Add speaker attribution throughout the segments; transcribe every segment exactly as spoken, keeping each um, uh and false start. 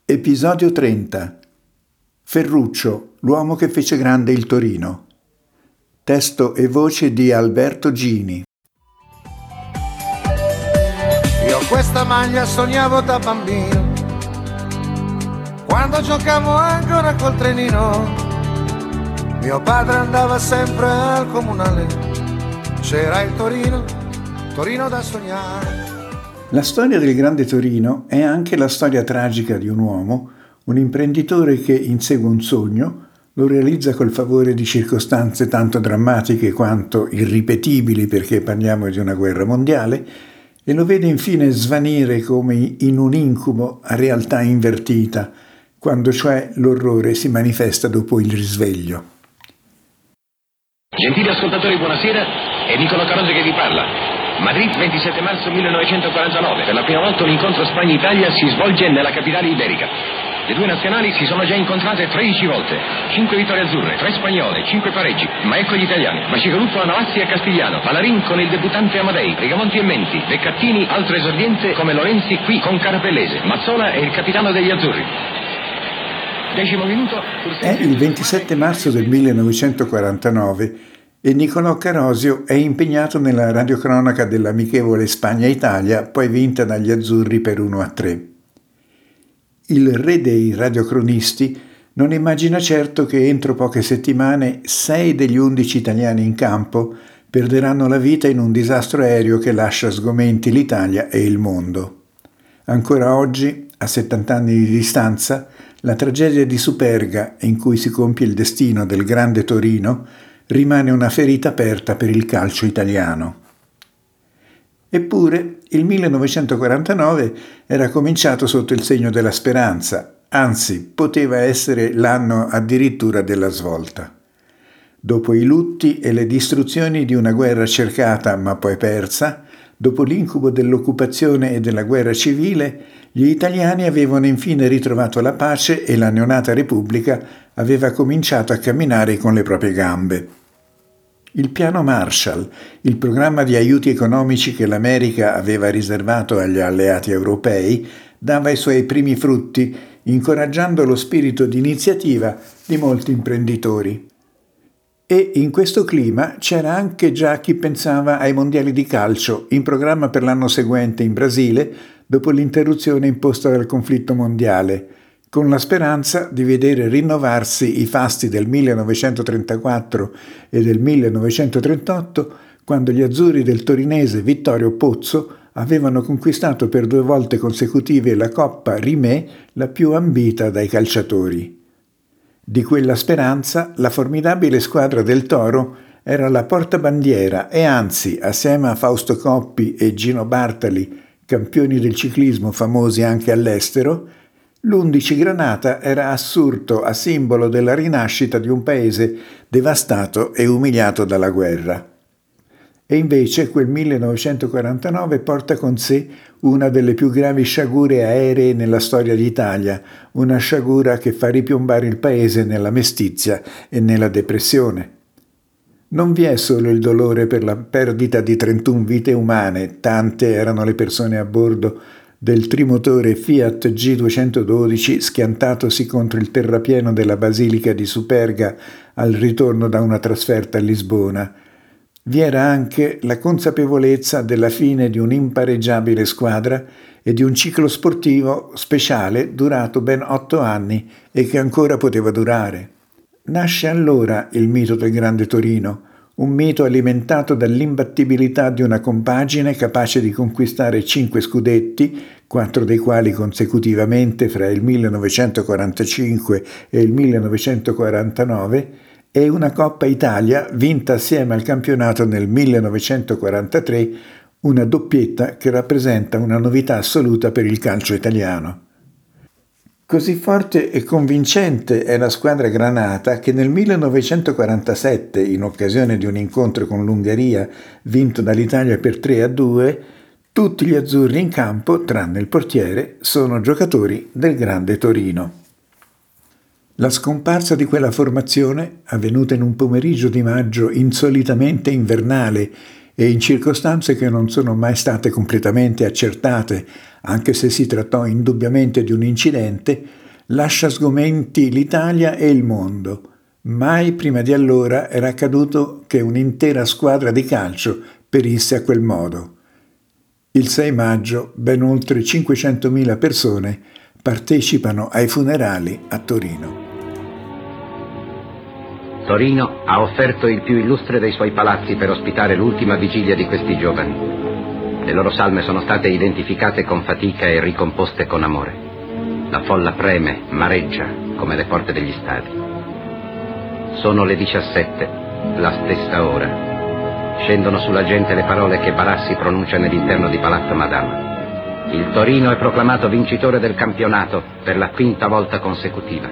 Speaker 1: Episodio trenta. Ferruccio, l'uomo che fece grande il Torino. Testo e voce di Alberto Gini.
Speaker 2: Io questa maglia sognavo da bambino, quando giocavo ancora col trenino. Mio padre andava sempre al comunale, c'era il Torino, Torino da sognare.
Speaker 1: La storia del grande Torino è anche la storia tragica di un uomo, un imprenditore che insegue un sogno, lo realizza col favore di circostanze tanto drammatiche quanto irripetibili perché parliamo di una guerra mondiale, e lo vede infine svanire come in un incubo a realtà invertita, quando cioè l'orrore si manifesta dopo il risveglio.
Speaker 3: Gentili ascoltatori, buonasera, è Nicolò Carosi che vi parla. Madrid, ventisette marzo millenovecentoquarantanove. Per la prima volta un incontro Spagna-Italia si svolge nella capitale iberica. Le due nazionali si sono già incontrate tredici volte. cinque vittorie azzurre, tre spagnole, cinque pareggi. Ma ecco gli italiani. Bacigalupo, Navazzi e Castigliano. Palarin con il debuttante Amadei. Rigamonti e Menti. Beccattini, altro esordiente come Lorenzi, qui con Carapellese. Mazzola è il capitano degli azzurri. Decimo minuto.
Speaker 1: È il ventisette marzo del millenovecentoquarantanove e Nicolò Carosio è impegnato nella radiocronaca dell'amichevole Spagna-Italia, poi vinta dagli azzurri per uno a tre. Il re dei radiocronisti non immagina certo che entro poche settimane sei degli undici italiani in campo perderanno la vita in un disastro aereo che lascia sgomenti l'Italia e il mondo. Ancora oggi, a settanta anni di distanza, la tragedia di Superga, in cui si compie il destino del grande Torino, rimane una ferita aperta per il calcio italiano. Eppure il millenovecentoquarantanove era cominciato sotto il segno della speranza, anzi poteva essere l'anno addirittura della svolta. Dopo i lutti e le distruzioni di una guerra cercata ma poi persa, dopo l'incubo dell'occupazione e della guerra civile, gli italiani avevano infine ritrovato la pace e la neonata Repubblica aveva cominciato a camminare con le proprie gambe. Il piano Marshall, il programma di aiuti economici che l'America aveva riservato agli alleati europei, dava i suoi primi frutti, incoraggiando lo spirito di iniziativa di molti imprenditori. E in questo clima c'era anche già chi pensava ai mondiali di calcio in programma per l'anno seguente in Brasile, dopo l'interruzione imposta dal conflitto mondiale, con la speranza di vedere rinnovarsi i fasti del millenovecentotrentaquattro e del millenovecentotrentotto, quando gli azzurri del torinese Vittorio Pozzo avevano conquistato per due volte consecutive la Coppa Rimè, la più ambita dai calciatori. Di quella speranza la formidabile squadra del Toro era la portabandiera e anzi, assieme a Fausto Coppi e Gino Bartali, campioni del ciclismo famosi anche all'estero, l'undici Granata era assurto a simbolo della rinascita di un paese devastato e umiliato dalla guerra. E invece quel millenovecentoquarantanove porta con sé una delle più gravi sciagure aeree nella storia d'Italia, una sciagura che fa ripiombare il paese nella mestizia e nella depressione. Non vi è solo il dolore per la perdita di trentuno vite umane, tante erano le persone a bordo del trimotore Fiat G duecentododici schiantatosi contro il terrapieno della Basilica di Superga al ritorno da una trasferta a Lisbona. Vi era anche la consapevolezza della fine di un'impareggiabile squadra e di un ciclo sportivo speciale durato ben otto anni e che ancora poteva durare. Nasce allora il mito del grande Torino, un mito alimentato dall'imbattibilità di una compagine capace di conquistare cinque scudetti, quattro dei quali consecutivamente fra il millenovecentoquarantacinque e il millenovecentoquarantanove, e una Coppa Italia vinta assieme al campionato nel millenovecentoquarantatré, una doppietta che rappresenta una novità assoluta per il calcio italiano. Così forte e convincente è la squadra granata che nel millenovecentoquarantasette, in occasione di un incontro con l'Ungheria vinto dall'Italia per tre a due, tutti gli azzurri in campo, tranne il portiere, sono giocatori del grande Torino. La scomparsa di quella formazione, avvenuta in un pomeriggio di maggio insolitamente invernale e in circostanze che non sono mai state completamente accertate, anche se si trattò indubbiamente di un incidente, lascia sgomenti l'Italia e il mondo. Mai prima di allora era accaduto che un'intera squadra di calcio perisse a quel modo. Il sei maggio ben oltre cinquecentomila persone partecipano ai funerali a Torino.
Speaker 4: Torino ha offerto il più illustre dei suoi palazzi per ospitare l'ultima vigilia di questi giovani. Le loro salme sono state identificate con fatica e ricomposte con amore. La folla preme, mareggia, come le porte degli stadi. Sono le diciassette, la stessa ora. Scendono sulla gente le parole che Barassi pronuncia nell'interno di Palazzo Madama. Il Torino è proclamato vincitore del campionato per la quinta volta consecutiva.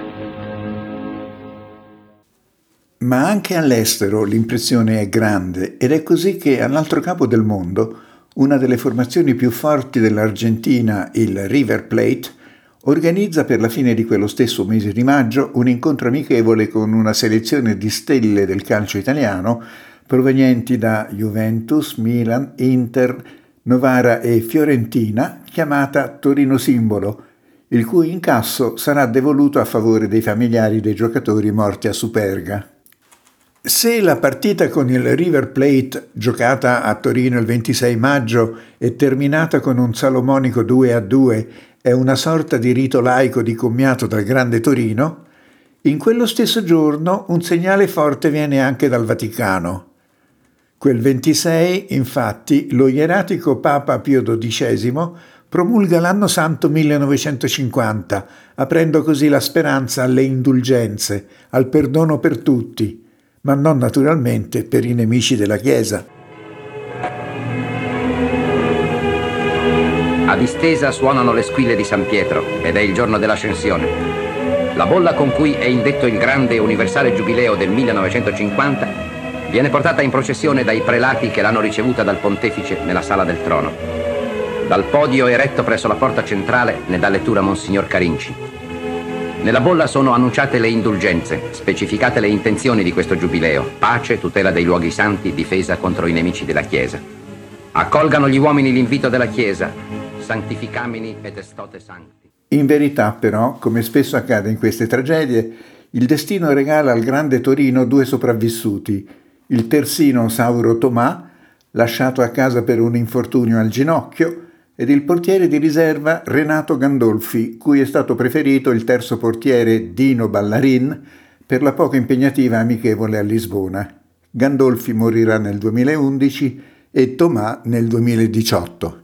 Speaker 1: Ma anche all'estero l'impressione è grande ed è così che all'altro capo del mondo una delle formazioni più forti dell'Argentina, il River Plate, organizza per la fine di quello stesso mese di maggio un incontro amichevole con una selezione di stelle del calcio italiano provenienti da Juventus, Milan, Inter, Novara e Fiorentina, chiamata Torino Simbolo, il cui incasso sarà devoluto a favore dei familiari dei giocatori morti a Superga. Se la partita con il River Plate, giocata a Torino il ventisei maggio e terminata con un salomonico due a due, è una sorta di rito laico di commiato dal Grande Torino, in quello stesso giorno un segnale forte viene anche dal Vaticano. Quel ventisei, infatti, lo ieratico Papa Pio dodicesimo promulga l'anno santo millenovecentocinquanta, aprendo così la speranza alle indulgenze, al perdono per tutti, ma non naturalmente per i nemici della Chiesa.
Speaker 4: A distesa suonano le squille di San Pietro ed è il giorno dell'Ascensione. La bolla con cui è indetto il grande e universale giubileo del millenovecentocinquanta viene portata in processione dai prelati che l'hanno ricevuta dal pontefice nella sala del trono. Dal podio eretto presso la porta centrale ne dà lettura Monsignor Carinci. Nella bolla sono annunciate le indulgenze, specificate le intenzioni di questo giubileo: pace, tutela dei luoghi santi, difesa contro i nemici della Chiesa. Accolgano gli uomini l'invito della Chiesa: sanctificamini et estote sancti.
Speaker 1: In verità, però, come spesso accade in queste tragedie, il destino regala al Grande Torino due sopravvissuti: il terzino Sauro Tomà, lasciato a casa per un infortunio al ginocchio, ed il portiere di riserva Renato Gandolfi, cui è stato preferito il terzo portiere Dino Ballarin per la poco impegnativa amichevole a Lisbona. Gandolfi morirà nel duemilaundici e Tomà nel duemiladiciotto.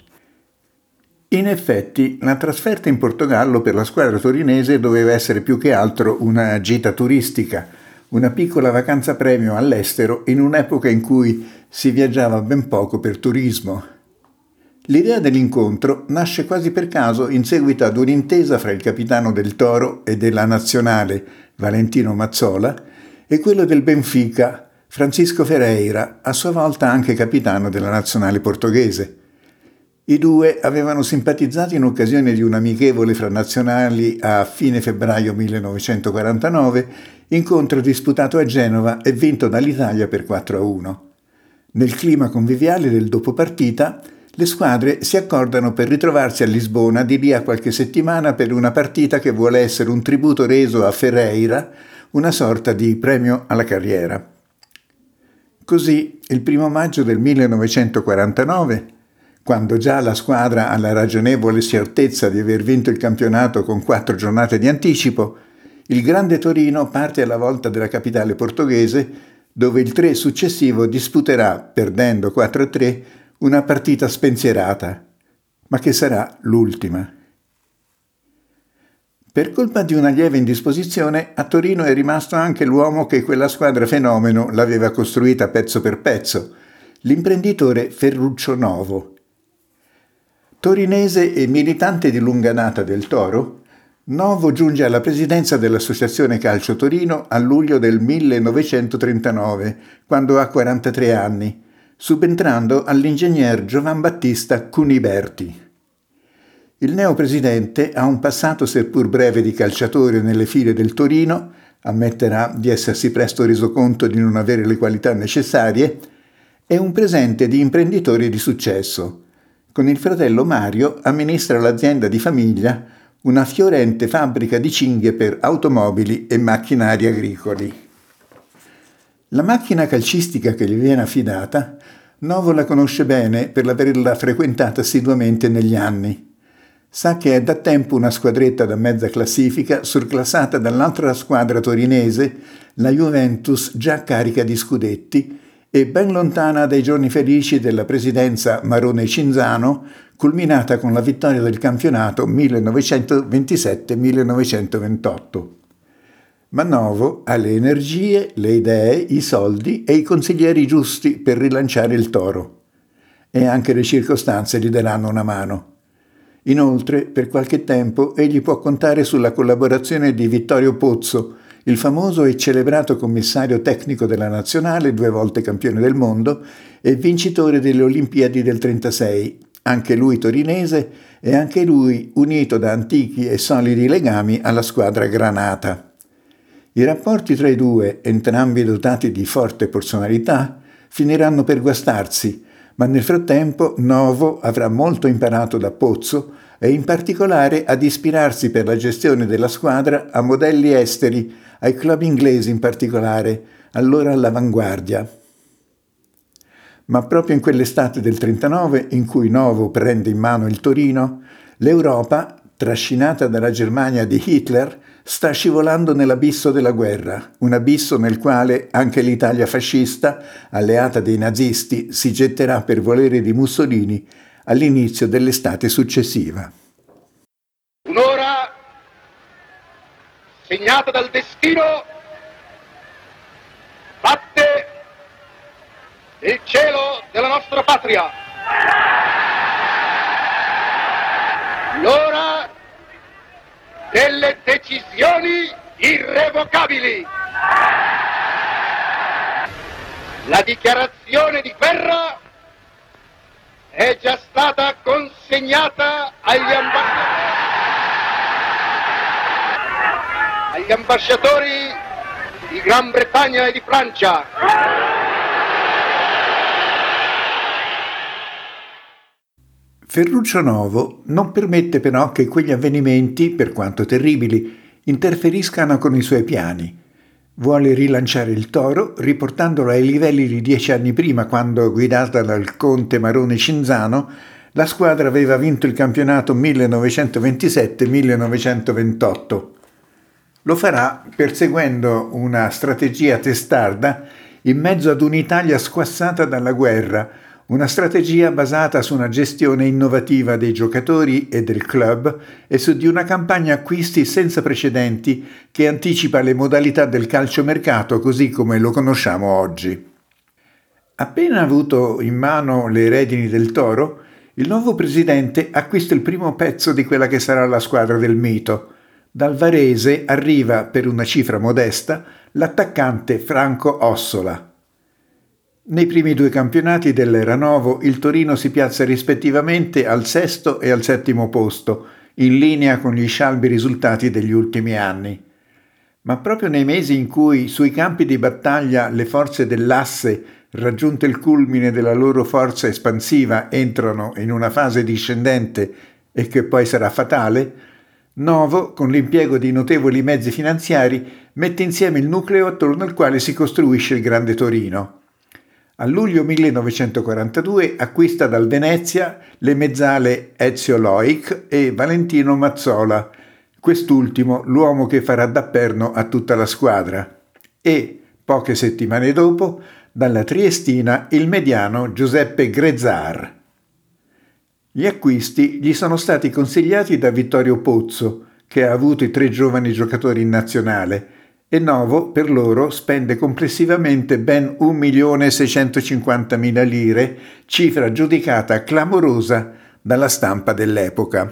Speaker 1: In effetti, la trasferta in Portogallo per la squadra torinese doveva essere più che altro una gita turistica, una piccola vacanza premio all'estero in un'epoca in cui si viaggiava ben poco per turismo. L'idea dell'incontro nasce quasi per caso in seguito ad un'intesa fra il capitano del Toro e della Nazionale, Valentino Mazzola, e quello del Benfica, Francisco Ferreira, a sua volta anche capitano della Nazionale portoghese. I due avevano simpatizzato in occasione di un amichevole fra nazionali a fine febbraio millenovecentoquarantanove, incontro disputato a Genova e vinto dall'Italia per quattro a uno. Nel clima conviviale del dopopartita, le squadre si accordano per ritrovarsi a Lisbona di lì a qualche settimana per una partita che vuole essere un tributo reso a Ferreira, una sorta di premio alla carriera. Così, il primo maggio del millenovecentoquarantanove, quando già la squadra ha la ragionevole certezza di aver vinto il campionato con quattro giornate di anticipo, il Grande Torino parte alla volta della capitale portoghese, dove il tre successivo disputerà, perdendo quattro a tre, una partita spensierata, ma che sarà l'ultima. Per colpa di una lieve indisposizione, a Torino è rimasto anche l'uomo che quella squadra fenomeno l'aveva costruita pezzo per pezzo, l'imprenditore Ferruccio Novo. Torinese e militante di lunga data del Toro, Novo giunge alla presidenza dell'Associazione Calcio Torino a luglio del millenovecentotrentanove, quando ha quarantatré anni, subentrando all'ingegner Giovan Battista Cuniberti. Il neopresidente ha un passato seppur breve di calciatore nelle file del Torino, ammetterà di essersi presto reso conto di non avere le qualità necessarie, e un presente di imprenditore di successo. Con il fratello Mario amministra l'azienda di famiglia, una fiorente fabbrica di cinghie per automobili e macchinari agricoli. La macchina calcistica che gli viene affidata, Novo la conosce bene per averla frequentata assiduamente negli anni. Sa che è da tempo una squadretta da mezza classifica surclassata dall'altra squadra torinese, la Juventus, già carica di scudetti e ben lontana dai giorni felici della presidenza Marone-Cinzano, culminata con la vittoria del campionato millenovecentoventisette millenovecentoventotto. Ma Novo ha le energie, le idee, i soldi e i consiglieri giusti per rilanciare il Toro. E anche le circostanze gli daranno una mano. Inoltre, per qualche tempo, egli può contare sulla collaborazione di Vittorio Pozzo, il famoso e celebrato commissario tecnico della nazionale, due volte campione del mondo e vincitore delle Olimpiadi del trentasei, anche lui torinese e anche lui unito da antichi e solidi legami alla squadra granata. I rapporti tra i due, entrambi dotati di forte personalità, finiranno per guastarsi, ma nel frattempo Novo avrà molto imparato da Pozzo e in particolare ad ispirarsi per la gestione della squadra a modelli esteri, ai club inglesi in particolare, allora all'avanguardia. Ma proprio in quell'estate del trentanove, in cui Novo prende in mano il Torino, l'Europa, trascinata dalla Germania di Hitler, sta scivolando nell'abisso della guerra, un abisso nel quale anche l'Italia fascista, alleata dei nazisti, si getterà per volere di Mussolini all'inizio dell'estate successiva.
Speaker 5: Un'ora segnata dal destino batte il cielo della nostra patria. L'ora delle decisioni irrevocabili. La dichiarazione di guerra è già stata consegnata agli ambasciatori, agli ambasciatori di Gran Bretagna e di Francia.
Speaker 1: Ferruccio Novo non permette però che quegli avvenimenti, per quanto terribili, interferiscano con i suoi piani. Vuole rilanciare il Toro riportandolo ai livelli di dieci anni prima, quando, guidata dal conte Marone Cinzano, la squadra aveva vinto il campionato millenovecentoventisette millenovecentoventotto. Lo farà perseguendo una strategia testarda in mezzo ad un'Italia squassata dalla guerra, una strategia basata su una gestione innovativa dei giocatori e del club e su di una campagna acquisti senza precedenti che anticipa le modalità del calciomercato così come lo conosciamo oggi. Appena avuto in mano le redini del Toro, il nuovo presidente acquista il primo pezzo di quella che sarà la squadra del mito. Dal Varese arriva, per una cifra modesta, l'attaccante Franco Ossola. Nei primi due campionati dell'era Novo il Torino si piazza rispettivamente al sesto e al settimo posto, in linea con gli scialbi risultati degli ultimi anni. Ma proprio nei mesi in cui sui campi di battaglia le forze dell'asse, raggiunto il culmine della loro forza espansiva, entrano in una fase discendente e che poi sarà fatale, Novo, con l'impiego di notevoli mezzi finanziari, mette insieme il nucleo attorno al quale si costruisce il Grande Torino. A luglio millenovecentoquarantadue acquista dal Venezia le mezzale Ezio Loic e Valentino Mazzola, quest'ultimo l'uomo che farà da perno a tutta la squadra, e, poche settimane dopo, dalla Triestina il mediano Giuseppe Grezzar. Gli acquisti gli sono stati consigliati da Vittorio Pozzo, che ha avuto i tre giovani giocatori in nazionale, e Novo per loro spende complessivamente ben un milione seicentocinquantamila lire, cifra giudicata clamorosa dalla stampa dell'epoca.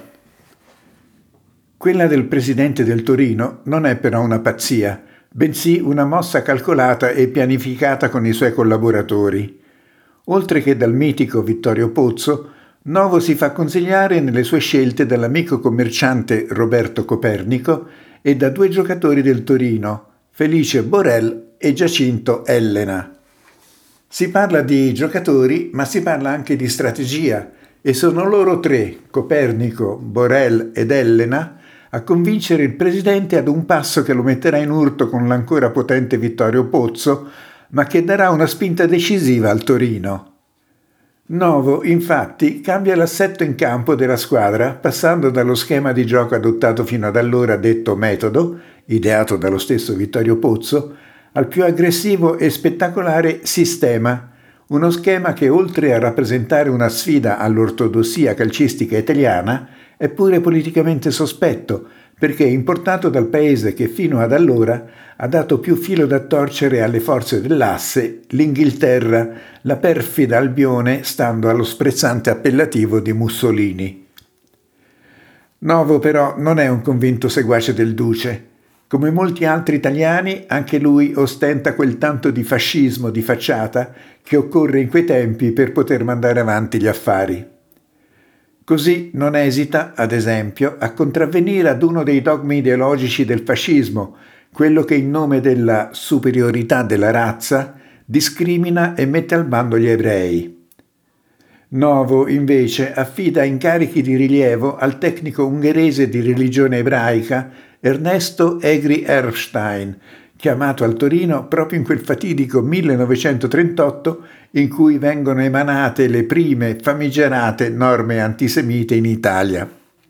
Speaker 1: Quella del presidente del Torino non è però una pazzia, bensì una mossa calcolata e pianificata con i suoi collaboratori. Oltre che dal mitico Vittorio Pozzo, Novo si fa consigliare nelle sue scelte dall'amico commerciante Roberto Copernico e da due giocatori del Torino, Felice Borel e Giacinto Elena. Si parla di giocatori, ma si parla anche di strategia, e sono loro tre, Copernico, Borel ed Elena, a convincere il presidente ad un passo che lo metterà in urto con l'ancora potente Vittorio Pozzo, ma che darà una spinta decisiva al Torino. Novo, infatti, cambia l'assetto in campo della squadra, passando dallo schema di gioco adottato fino ad allora detto metodo, ideato dallo stesso Vittorio Pozzo, al più aggressivo e spettacolare sistema, uno schema che oltre a rappresentare una sfida all'ortodossia calcistica italiana, è pure politicamente sospetto, perché è importato dal paese che fino ad allora ha dato più filo da torcere alle forze dell'asse, l'Inghilterra, la perfida Albione stando allo sprezzante appellativo di Mussolini. Novo però non è un convinto seguace del duce. Come molti altri italiani, anche lui ostenta quel tanto di fascismo di facciata che occorre in quei tempi per poter mandare avanti gli affari. Così non esita, ad esempio, a contravvenire ad uno dei dogmi ideologici del fascismo, quello che in nome della superiorità della razza discrimina e mette al bando gli ebrei. Novo, invece, affida incarichi di rilievo al tecnico ungherese di religione ebraica Ernesto Egri Erfstein, chiamato al Torino proprio in quel fatidico millenovecentotrentotto in cui vengono emanate le prime famigerate norme antisemite in Italia.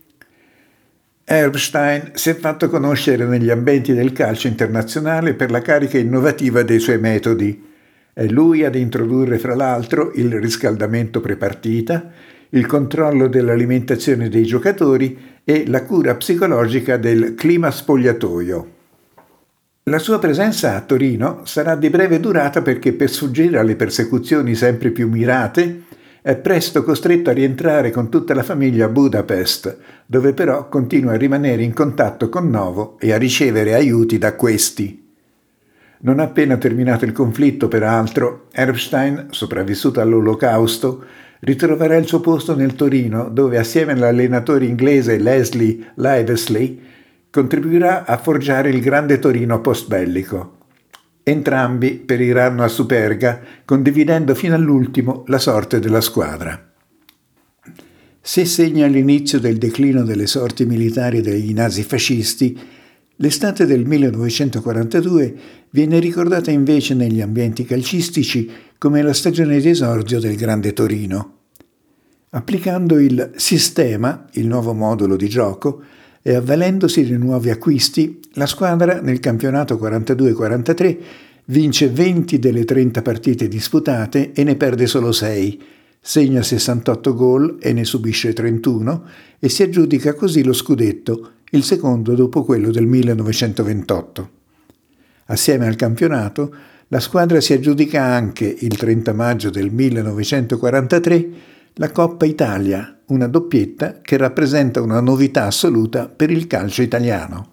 Speaker 1: Erfstein si è fatto conoscere negli ambienti del calcio internazionale per la carica innovativa dei suoi metodi. È lui ad introdurre fra l'altro il riscaldamento prepartita, il controllo dell'alimentazione dei giocatori e la cura psicologica del clima spogliatoio. La sua presenza a Torino sarà di breve durata perché per sfuggire alle persecuzioni sempre più mirate è presto costretto a rientrare con tutta la famiglia a Budapest, dove però continua a rimanere in contatto con Novo e a ricevere aiuti da questi. Non appena terminato il conflitto, peraltro, Erfstein, sopravvissuto all'Olocausto, ritroverà il suo posto nel Torino, dove assieme all'allenatore inglese Leslie Livesley contribuirà a forgiare il grande Torino post-bellico. Entrambi periranno a Superga, condividendo fino all'ultimo la sorte della squadra. Se segna l'inizio del declino delle sorti militari dei nazifascisti, l'estate del millenovecentoquarantadue viene ricordata invece negli ambienti calcistici come la stagione di esordio del grande Torino. Applicando il sistema, il nuovo modulo di gioco, e avvalendosi di nuovi acquisti, la squadra nel campionato quarantadue quarantatré vince venti delle trenta partite disputate e ne perde solo sei, segna sessantotto gol e ne subisce trentuno e si aggiudica così lo scudetto, il secondo dopo quello del millenovecentoventotto. Assieme al campionato, la squadra si aggiudica anche, il trenta maggio del millenovecentoquarantatré, la Coppa Italia, una doppietta che rappresenta una novità assoluta per il calcio italiano.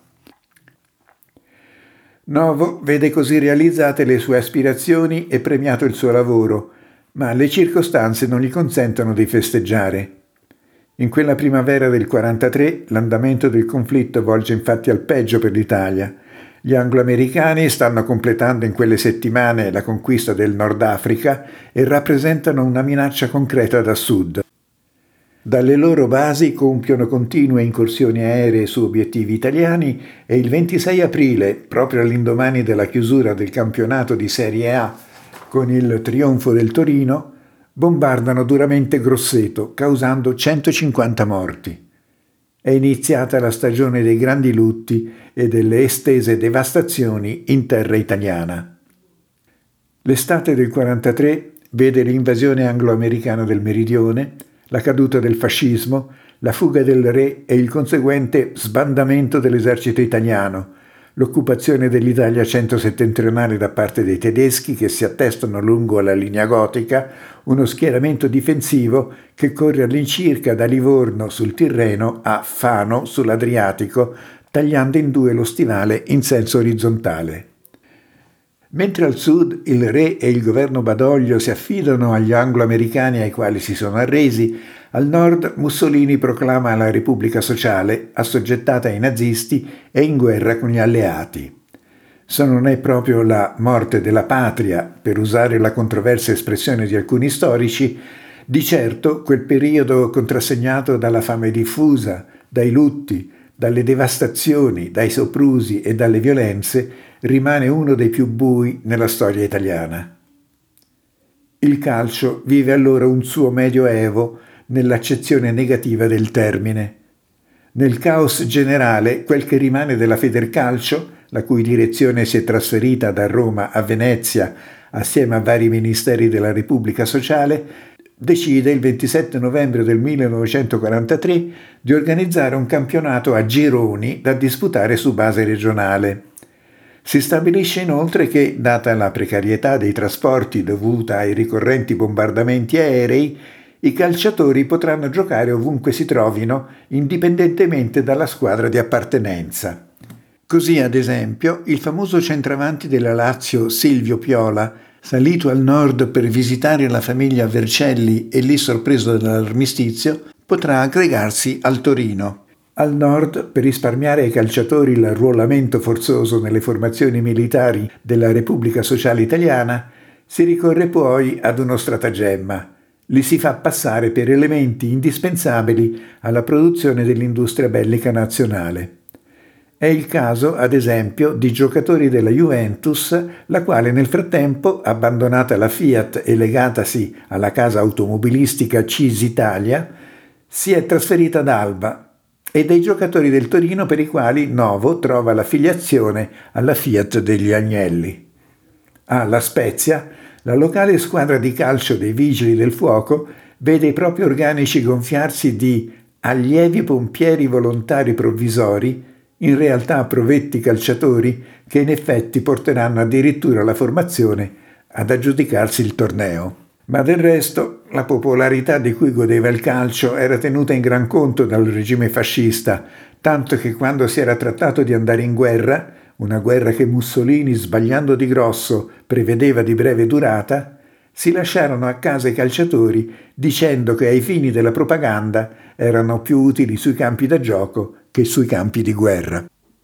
Speaker 1: Novo vede così realizzate le sue aspirazioni e premiato il suo lavoro, ma le circostanze non gli consentono di festeggiare. In quella primavera del quarantatré l'andamento del conflitto volge infatti al peggio per l'Italia. Gli anglo-americani stanno completando in quelle settimane la conquista del Nord Africa e rappresentano una minaccia concreta da sud. Dalle loro basi compiono continue incursioni aeree su obiettivi italiani e il ventisei aprile, proprio all'indomani della chiusura del campionato di Serie A con il trionfo del Torino, bombardano duramente Grosseto, causando centocinquanta morti. È iniziata la stagione dei grandi lutti e delle estese devastazioni in terra italiana. L'estate del quarantatré vede l'invasione anglo-americana del meridione, la caduta del fascismo, la fuga del re e il conseguente sbandamento dell'esercito italiano, l'occupazione dell'Italia centro-settentrionale da parte dei tedeschi che si attestano lungo la linea gotica, uno schieramento difensivo che corre all'incirca da Livorno sul Tirreno a Fano sull'Adriatico, tagliando in due lo stivale in senso orizzontale. Mentre al sud il re e il governo Badoglio si affidano agli anglo-americani ai quali si sono arresi, al nord Mussolini proclama la Repubblica Sociale, assoggettata ai nazisti e in guerra con gli alleati. Se non è proprio la morte della patria, per usare la controversa espressione di alcuni storici, Di certo quel periodo contrassegnato dalla fame diffusa, dai lutti, dalle devastazioni, dai soprusi e dalle violenze rimane uno dei più bui nella storia italiana. Il calcio vive allora un suo medioevo nell'accezione negativa del termine. Nel caos generale, quel che rimane della Federcalcio, la cui direzione si è trasferita da Roma a Venezia assieme a vari ministeri della Repubblica Sociale, decide il ventisette novembre del millenovecentoquarantatré di organizzare un campionato a gironi da disputare su base regionale. Si stabilisce inoltre che, data la precarietà dei trasporti dovuta ai ricorrenti bombardamenti aerei, i calciatori potranno giocare ovunque si trovino, indipendentemente dalla squadra di appartenenza. Così, ad esempio, il famoso centravanti della Lazio Silvio Piola, salito al nord per visitare la famiglia Vercelli e lì sorpreso dall'armistizio, potrà aggregarsi al Torino. Al nord, per risparmiare ai calciatori l'arruolamento forzoso nelle formazioni militari della Repubblica Sociale Italiana, si ricorre poi ad uno stratagemma. Li si fa passare per elementi indispensabili alla produzione dell'industria bellica nazionale. È il caso, ad esempio, di giocatori della Juventus, la quale nel frattempo, abbandonata la Fiat e legatasi alla casa automobilistica Cisitalia, si è trasferita ad Alba, e dei giocatori del Torino per i quali Novo trova l'affiliazione alla Fiat degli Agnelli. A La Spezia, la locale squadra di calcio dei Vigili del Fuoco vede i propri organici gonfiarsi di allievi pompieri volontari provvisori, in realtà provetti calciatori che in effetti porteranno addirittura la formazione ad aggiudicarsi il torneo. Ma del resto la popolarità di cui godeva il calcio era tenuta in gran conto dal regime fascista, tanto che quando si era trattato di andare in guerra, una guerra che Mussolini, sbagliando di grosso, prevedeva di breve durata, si lasciarono a casa i calciatori dicendo che ai fini della propaganda erano più utili sui campi da gioco che sui campi di guerra.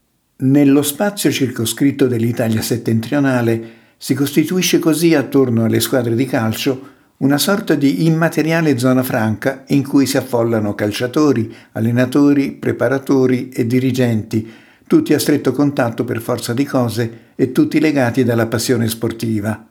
Speaker 1: Nello spazio circoscritto dell'Italia settentrionale si costituisce così attorno alle squadre di calcio una sorta di immateriale zona franca in cui si affollano calciatori, allenatori, preparatori e dirigenti, tutti a stretto contatto per forza di cose e tutti legati dalla passione sportiva.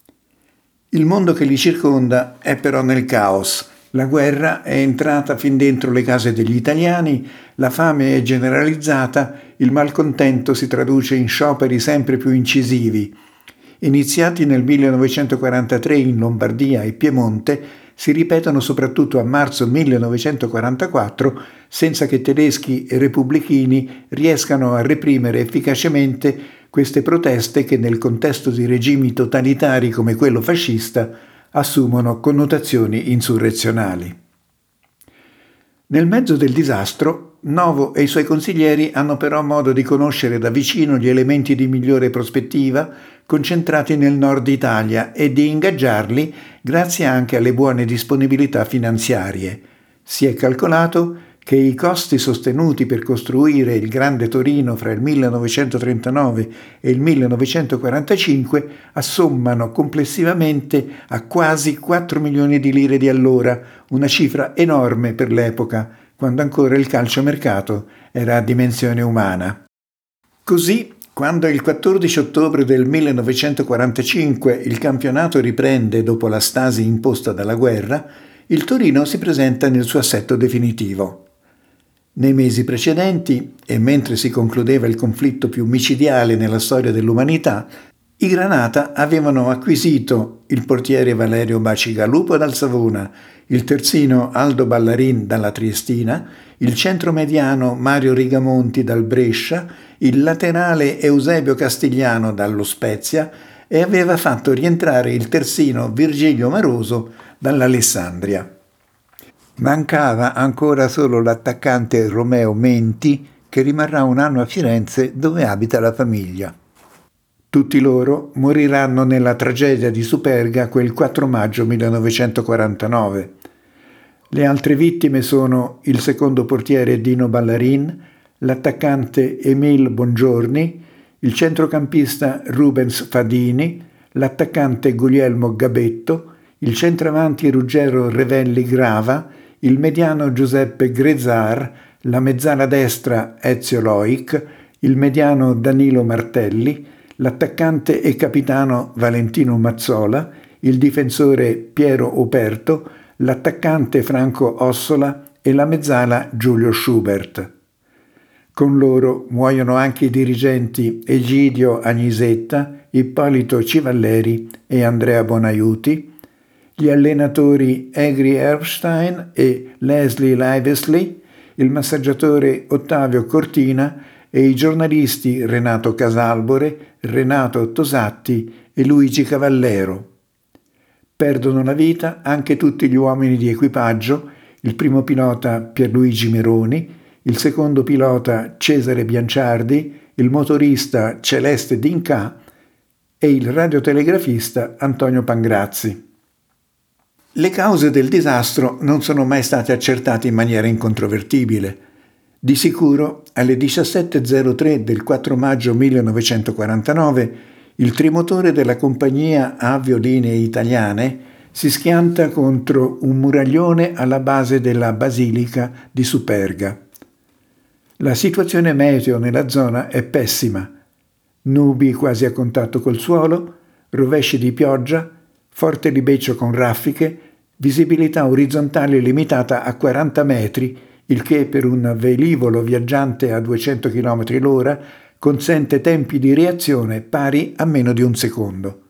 Speaker 1: Il mondo che li circonda è però nel caos. La guerra è entrata fin dentro le case degli italiani, la fame è generalizzata, il malcontento si traduce in scioperi sempre più incisivi. Iniziati nel millenovecentoquarantatré in Lombardia e Piemonte, si ripetono soprattutto a marzo millenovecentoquarantaquattro, senza che tedeschi e repubblichini riescano a reprimere efficacemente queste proteste che nel contesto di regimi totalitari come quello fascista assumono connotazioni insurrezionali. Nel mezzo del disastro, Novo e i suoi consiglieri hanno però modo di conoscere da vicino gli elementi di migliore prospettiva concentrati nel nord Italia e di ingaggiarli grazie anche alle buone disponibilità finanziarie. Si è calcolato che i costi sostenuti per costruire il Grande Torino fra il millenovecentotrentanove e il millenovecentoquarantacinque assommano complessivamente a quasi quattro milioni di lire di allora, una cifra enorme per l'epoca, quando ancora il calciomercato era a dimensione umana. Così, quando il quattordici ottobre del millenovecentoquarantacinque il campionato riprende dopo la stasi imposta dalla guerra, il Torino si presenta nel suo assetto definitivo. Nei mesi precedenti, e mentre si concludeva il conflitto più micidiale nella storia dell'umanità, i Granata avevano acquisito il portiere Valerio Bacigalupo dal Savona, il terzino Aldo Ballarin dalla Triestina, il centromediano Mario Rigamonti dal Brescia, il laterale Eusebio Castigliano dallo Spezia e aveva fatto rientrare il terzino Virgilio Maroso dall'Alessandria. Mancava ancora solo l'attaccante Romeo Menti, che rimarrà un anno a Firenze dove abita la famiglia. Tutti loro moriranno nella tragedia di Superga quel quattro maggio millenovecentoquarantanove. Le altre vittime sono il secondo portiere Dino Ballarin, l'attaccante Emil Bongiorni, il centrocampista Rubens Fadini, l'attaccante Guglielmo Gabetto, il centravanti Ruggero Revelli Grava, il mediano Giuseppe Grezzar, la mezzala destra Ezio Loic, il mediano Danilo Martelli, l'attaccante e capitano Valentino Mazzola, il difensore Piero Operto, l'attaccante Franco Ossola e la mezzala Giulio Schubert. Con loro muoiono anche i dirigenti Egidio Agnisetta, Ippolito Civalleri e Andrea Bonaiuti, gli allenatori Egri Erbstein e Leslie Livesley, il massaggiatore Ottavio Cortina e i giornalisti Renato Casalbore, Renato Tosatti e Luigi Cavallero. Perdono la vita anche tutti gli uomini di equipaggio, il primo pilota Pierluigi Meroni, il secondo pilota Cesare Bianciardi, il motorista Celeste D'Inca e il radiotelegrafista Antonio Pangrazzi. Le cause del disastro non sono mai state accertate in maniera incontrovertibile. Di sicuro, alle diciassette e zero tre del quattro maggio millenovecentoquarantanove, il trimotore della compagnia Aviolinee Italiane si schianta contro un muraglione alla base della Basilica di Superga. La situazione meteo nella zona è pessima. Nubi quasi a contatto col suolo, rovesci di pioggia, forte libeccio con raffiche, visibilità orizzontale limitata a quaranta metri, il che per un velivolo viaggiante a duecento chilometri l'ora consente tempi di reazione pari a meno di un secondo.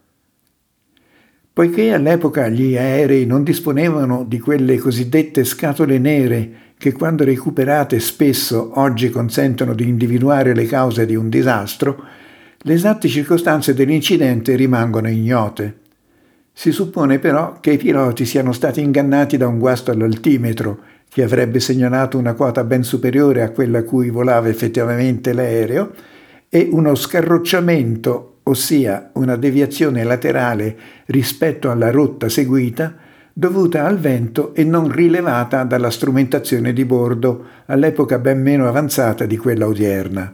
Speaker 1: Poiché all'epoca gli aerei non disponevano di quelle cosiddette scatole nere che quando recuperate spesso oggi consentono di individuare le cause di un disastro, le esatte circostanze dell'incidente rimangono ignote. Si suppone però che i piloti siano stati ingannati da un guasto all'altimetro, che avrebbe segnalato una quota ben superiore a quella a cui volava effettivamente l'aereo, e uno scarrocciamento, ossia una deviazione laterale rispetto alla rotta seguita, dovuta al vento e non rilevata dalla strumentazione di bordo, all'epoca ben meno avanzata di quella odierna.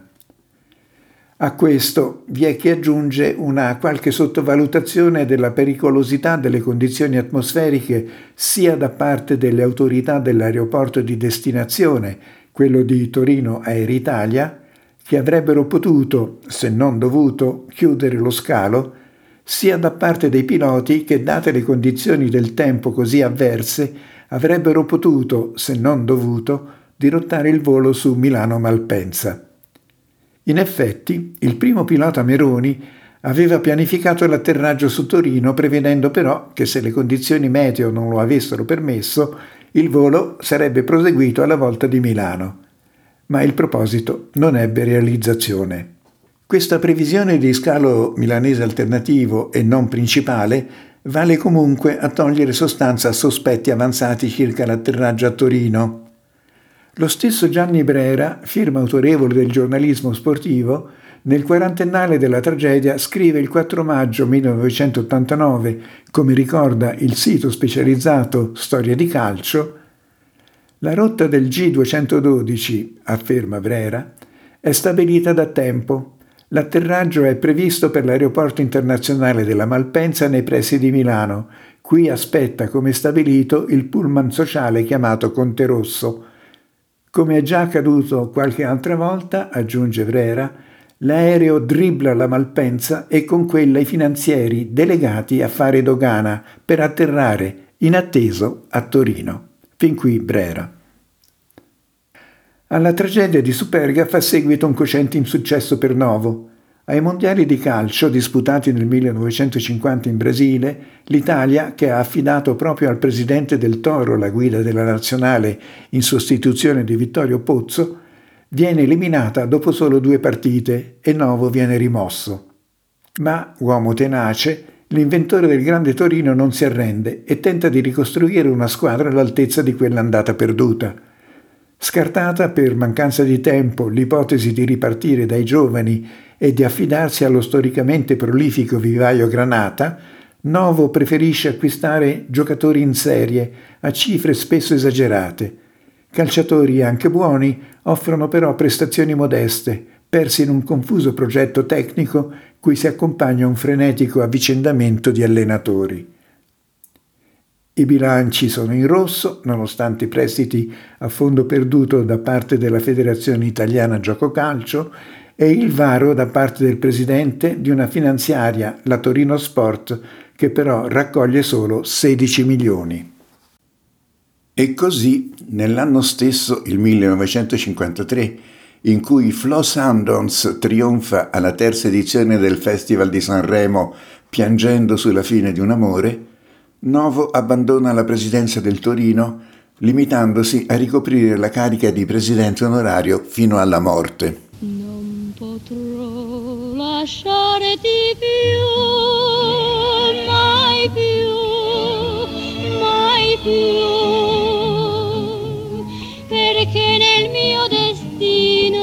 Speaker 1: A questo vi è chi aggiunge una qualche sottovalutazione della pericolosità delle condizioni atmosferiche sia da parte delle autorità dell'aeroporto di destinazione, quello di Torino Aeritalia, che avrebbero potuto, se non dovuto, chiudere lo scalo, sia da parte dei piloti che, date le condizioni del tempo così avverse, avrebbero potuto, se non dovuto, dirottare il volo su Milano-Malpensa. In effetti, il primo pilota Meroni aveva pianificato l'atterraggio su Torino, prevedendo però che se le condizioni meteo non lo avessero permesso, il volo sarebbe proseguito alla volta di Milano. Ma il proposito non ebbe realizzazione. Questa previsione di scalo milanese alternativo e non principale vale comunque a togliere sostanza a sospetti avanzati circa l'atterraggio a Torino. Lo stesso Gianni Brera, firma autorevole del giornalismo sportivo, nel quarantennale della tragedia scrive il quattro maggio millenovecentottantanove, come ricorda il sito specializzato Storia di Calcio: la rotta del G duecentododici, afferma Brera, è stabilita da tempo. L'atterraggio è previsto per l'aeroporto internazionale della Malpensa nei pressi di Milano. Qui aspetta, come stabilito, il pullman sociale chiamato Conte Rosso. Come è già accaduto qualche altra volta, aggiunge Brera, l'aereo dribbla la Malpensa e con quella i finanzieri delegati a fare dogana per atterrare inatteso a Torino. Fin qui Brera. Alla tragedia di Superga fa seguito un cocente insuccesso per Novo. Ai mondiali di calcio disputati nel millenovecentocinquanta in Brasile, l'Italia, che ha affidato proprio al presidente del Toro la guida della nazionale in sostituzione di Vittorio Pozzo, viene eliminata dopo solo due partite e Novo viene rimosso. Ma, uomo tenace, l'inventore del Grande Torino non si arrende e tenta di ricostruire una squadra all'altezza di quella andata perduta. Scartata per mancanza di tempo l'ipotesi di ripartire dai giovani e di affidarsi allo storicamente prolifico vivaio Granata, Novo preferisce acquistare giocatori in serie a cifre spesso esagerate. Calciatori anche buoni offrono però prestazioni modeste, persi in un confuso progetto tecnico cui si accompagna un frenetico avvicendamento di allenatori. I bilanci sono in rosso, nonostante i prestiti a fondo perduto da parte della Federazione Italiana Gioco Calcio e il varo da parte del presidente di una finanziaria, la Torino Sport, che però raccoglie solo sedici milioni. E così, nell'anno stesso, il millenovecentocinquantatré, in cui Flo Sandons trionfa alla terza edizione del Festival di Sanremo piangendo sulla fine di un amore, Novo abbandona la presidenza del Torino, limitandosi a ricoprire la carica di presidente onorario fino alla morte.
Speaker 6: Non potrò lasciarti più, mai più, mai più, perché nel mio destino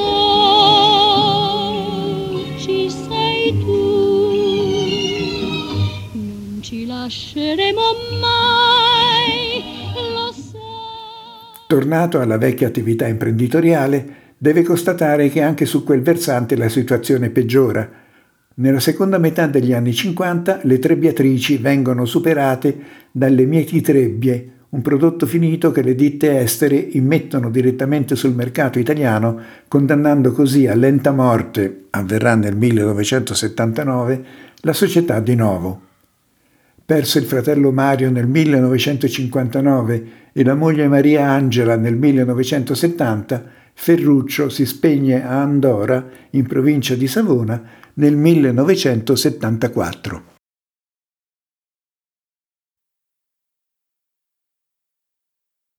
Speaker 6: ci sei tu, non ci lasceremo mai, lo sai.
Speaker 1: Tornato alla vecchia attività imprenditoriale, deve constatare che anche su quel versante la situazione peggiora. Nella seconda metà degli anni cinquanta le trebbiatrici vengono superate dalle mietitrebbie, un prodotto finito che le ditte estere immettono direttamente sul mercato italiano, condannando così a lenta morte, avverrà nel millenovecentosettantanove, la società di Novo. Perso il fratello Mario nel millenovecentocinquantanove e la moglie Maria Angela nel millenovecentosettanta, Ferruccio si spegne a Andora, in provincia di Savona, nel millenovecentosettantaquattro.